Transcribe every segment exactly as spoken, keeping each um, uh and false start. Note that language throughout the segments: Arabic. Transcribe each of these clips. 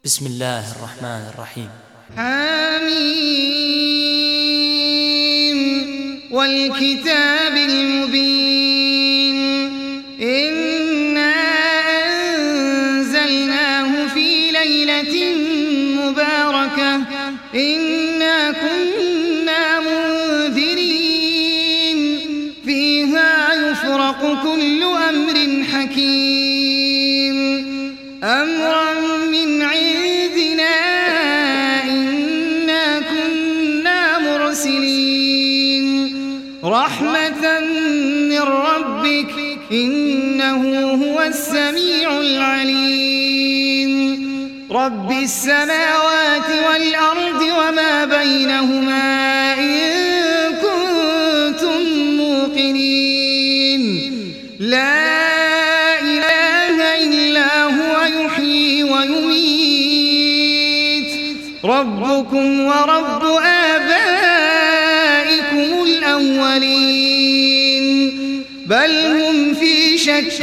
بسم الله الرحمن الرحيم. حميم والكتاب المبين إنا أنزلناه في ليلة مباركة إنا كنا منذرين فيها يفرق كل أمر حكيم أمرا من عندنا إنا كنا مرسلين رحمة من ربك إنه هو السميع العليم رب السماوات والأرض وما بينهما إن كنتم موقنين لا ربكم ورب آبائكم الأولين بل هم في شك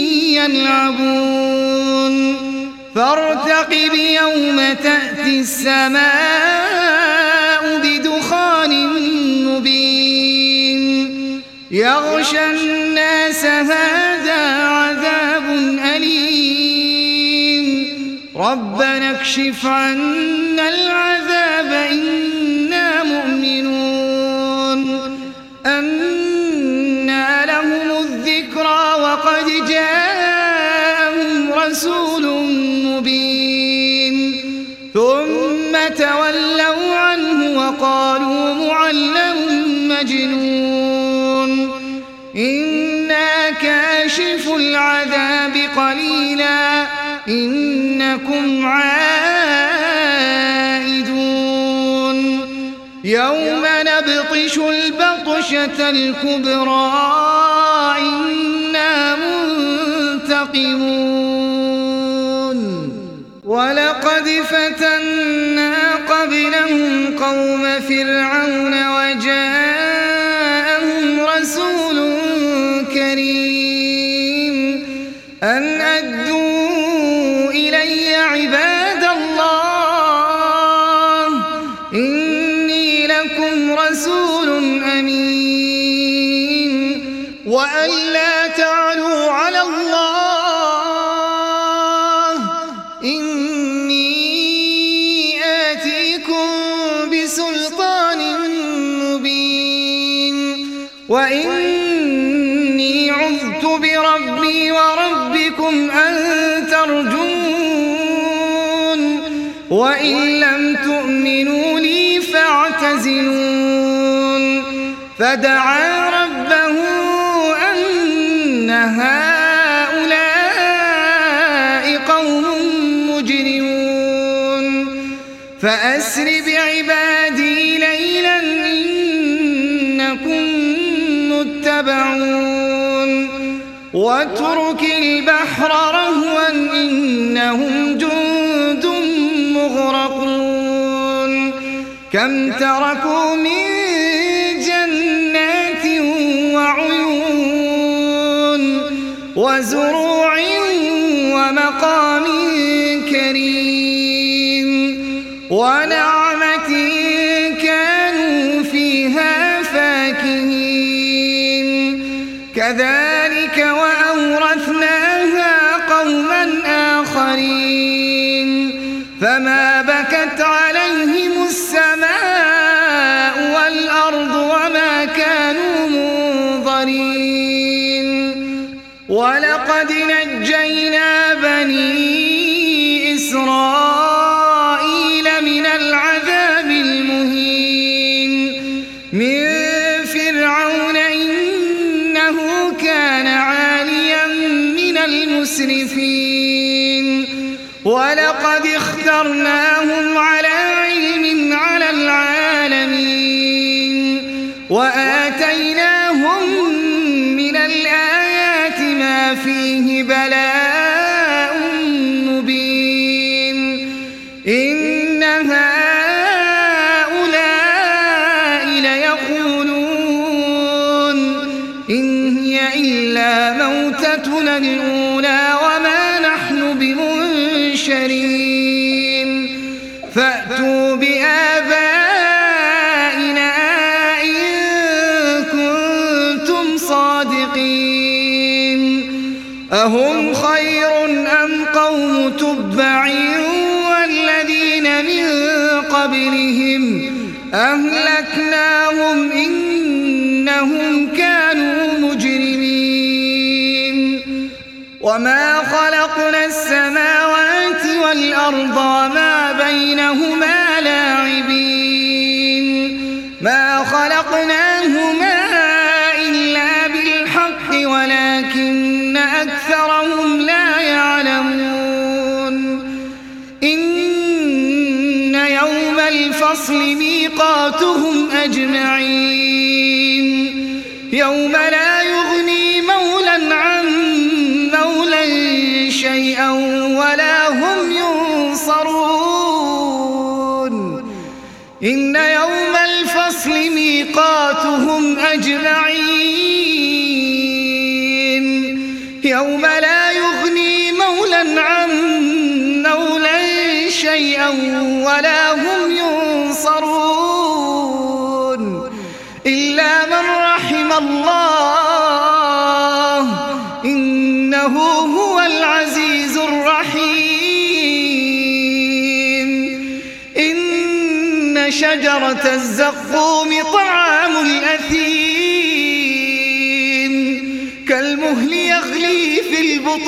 يلعبون فارتقب يوم تأتي السماء بدخان مبين يغشى الناس هذا عذاب أليم ربنا اكشف عنا العذاب إنا مؤمنون أنى لهم الذكرى وقد جاءهم رسول مبين ثم تولوا عنه وقالوا معلم مجنون إنا كاشف العذاب قليلا إنكم عائدون يوم نبطش البطشة الكبرى إنا منتقمون ولقد فتنا قبلهم قوم فرعون وجاءهم رسول كريم أن أدوا إلي عباد الله إني لكم رسول أمين وأن لا تعلوا على الله إني آتيكم بسلطان مبين وإني عذت بربي وربكم أن ترجون وإن لم تؤمنوا لي فاعتزلون فدعا ربه أن هؤلاء قوم مجرمون فأسر بعبادي ليلا إنكم متبعون واترك البحر رهوا إنهم جند مغرقون كم تركوا من جنات وعيون وزروع ومقام كريم ونعمة كانوا فيها فاكهين كذلك وأورثناها قوما آخرين فما بكت عليهم السماء والأرض وما كانوا منظرين ولقد نجينا بني إسرائيل من العذاب المهين من فرعون إنه كان عاليا من المسرفين ولقد اخترناهم على علم على العالمين وآتيناهم من الآيات ما فيه بلاء مبين إن هؤلاء ليقولون إن هي إلا موتتنا الأولى وما نحن بمنشرين فأتوا بآبائنا إن كنتم صادقين أهم خير أم قوم تبع والذين من قبلهم أهلكناهم إنهم كانوا مجرمين وما خلقنا السماوات والأرض وما بينهما لاعبين ما خلقناهما إلا بالحق ولكن أكثرهم لا يعلمون إن يوم الفصل ميقاتهم أجمعين يوم لا يغني مولا عن مولا شيئا ولا هم ينصرون إن يوم الفصل ميقاتهم أجمعين يوم لا يغني مولا عن مولا شيئا ولا هم ينصرون إلا من رحم الله إنه هو العزيز الرحيم إن شجرة الزقوم طعام الأثيم كالمهل يغلي في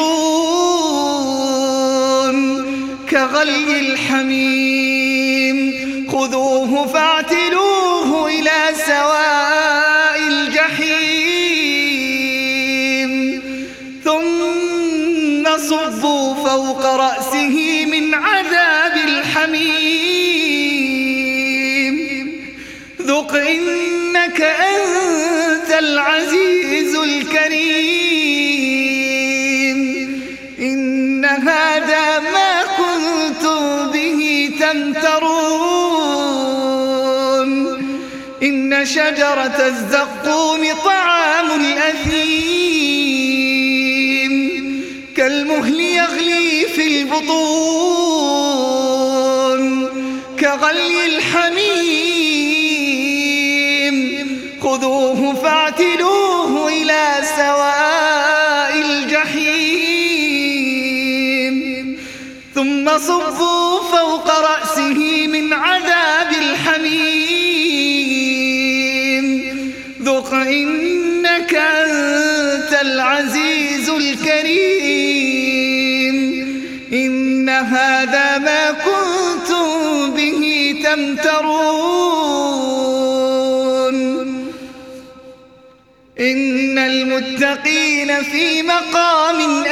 البطون كغلي الحميم خذوه فاعتلوه إلى سواء الجحيم ثم صبوا فوق رأسه من عذاب الحميم ذق إنك أنت العزيز الكريم إن هذا ما كنتم به تمترون إن شجرة الزقوم طعام الأثيم كالمهل يغلي في البطون كغلي الحميم خذوه فاعتلوه إلى سواء الجحيم ثم صبوا فوق رأسه من عذاب الحميم ذق إنك أنت العزيز الكريم إن هذا ما كنتم به تمترون إن المتقين في مقام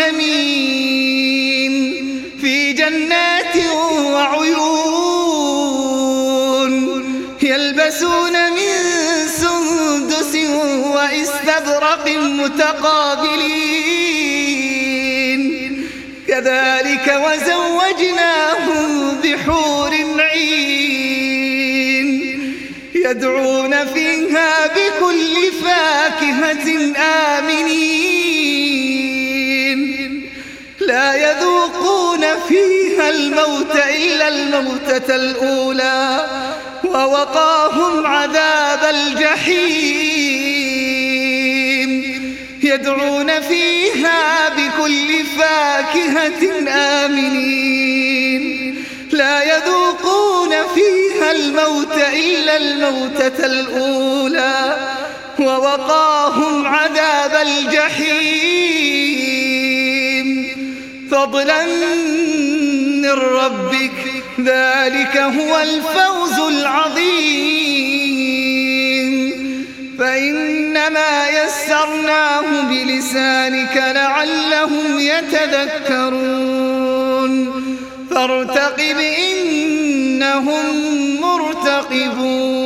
أمين في جنات وعيون يلبسون من سندس واستبرق متقابلين كذلك وزوجناهم بحور عين يدعون فيها بكل فاكهة آمنين لا يذوقون فيها الموت إلا الموتة الأولى ووقاهم عذاب الجحيم يدعون فيها بكل فاكهة آمنين لا يذوقون فيها الموت إلا الموتة الأولى ووقاهم عذاب الجحيم فضلا من ربك ذلك هو الفوز العظيم فإنما يسرناه بلسانك لعلهم يتذكرون فارتقب إنهم مرتقبون